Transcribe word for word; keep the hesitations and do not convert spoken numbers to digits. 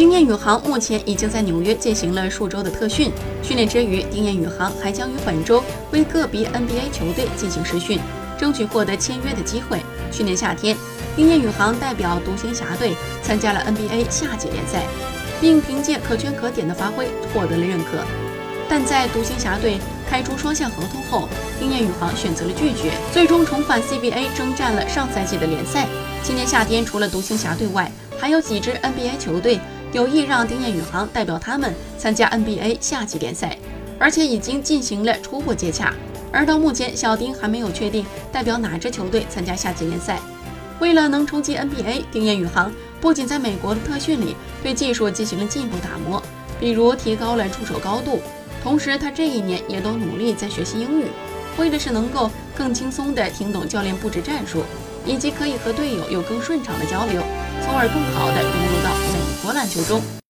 丁彦雨航目前已经在纽约进行了数周的特训，训练之余，丁彦雨航还将于本周为个别 N B A 球队进行试训，争取获得签约的机会。去年夏天，丁彦雨航代表独行侠队参加了 N B A 夏季联赛，并凭借可圈可点的发挥获得了认可。但在独行侠队开出双向合同后，丁彦雨航选择了拒绝，最终重返 C B A 征战了上赛季的联赛。今年夏天，除了独行侠队外，还有几支 N B A 球队有意让丁彦雨航代表他们参加 N B A 夏季联赛，而且已经进行了初步接洽。而到目前，小丁还没有确定代表哪支球队参加夏季联赛。为了能冲击 N B A， 丁彦雨航不仅在美国的特训里对技术进行了进一步打磨，比如提高了出手高度，同时他这一年也都努力在学习英语，为的是能够更轻松地听懂教练布置战术，以及可以和队友有更顺畅的交流，从而更好地融入到美国篮球中。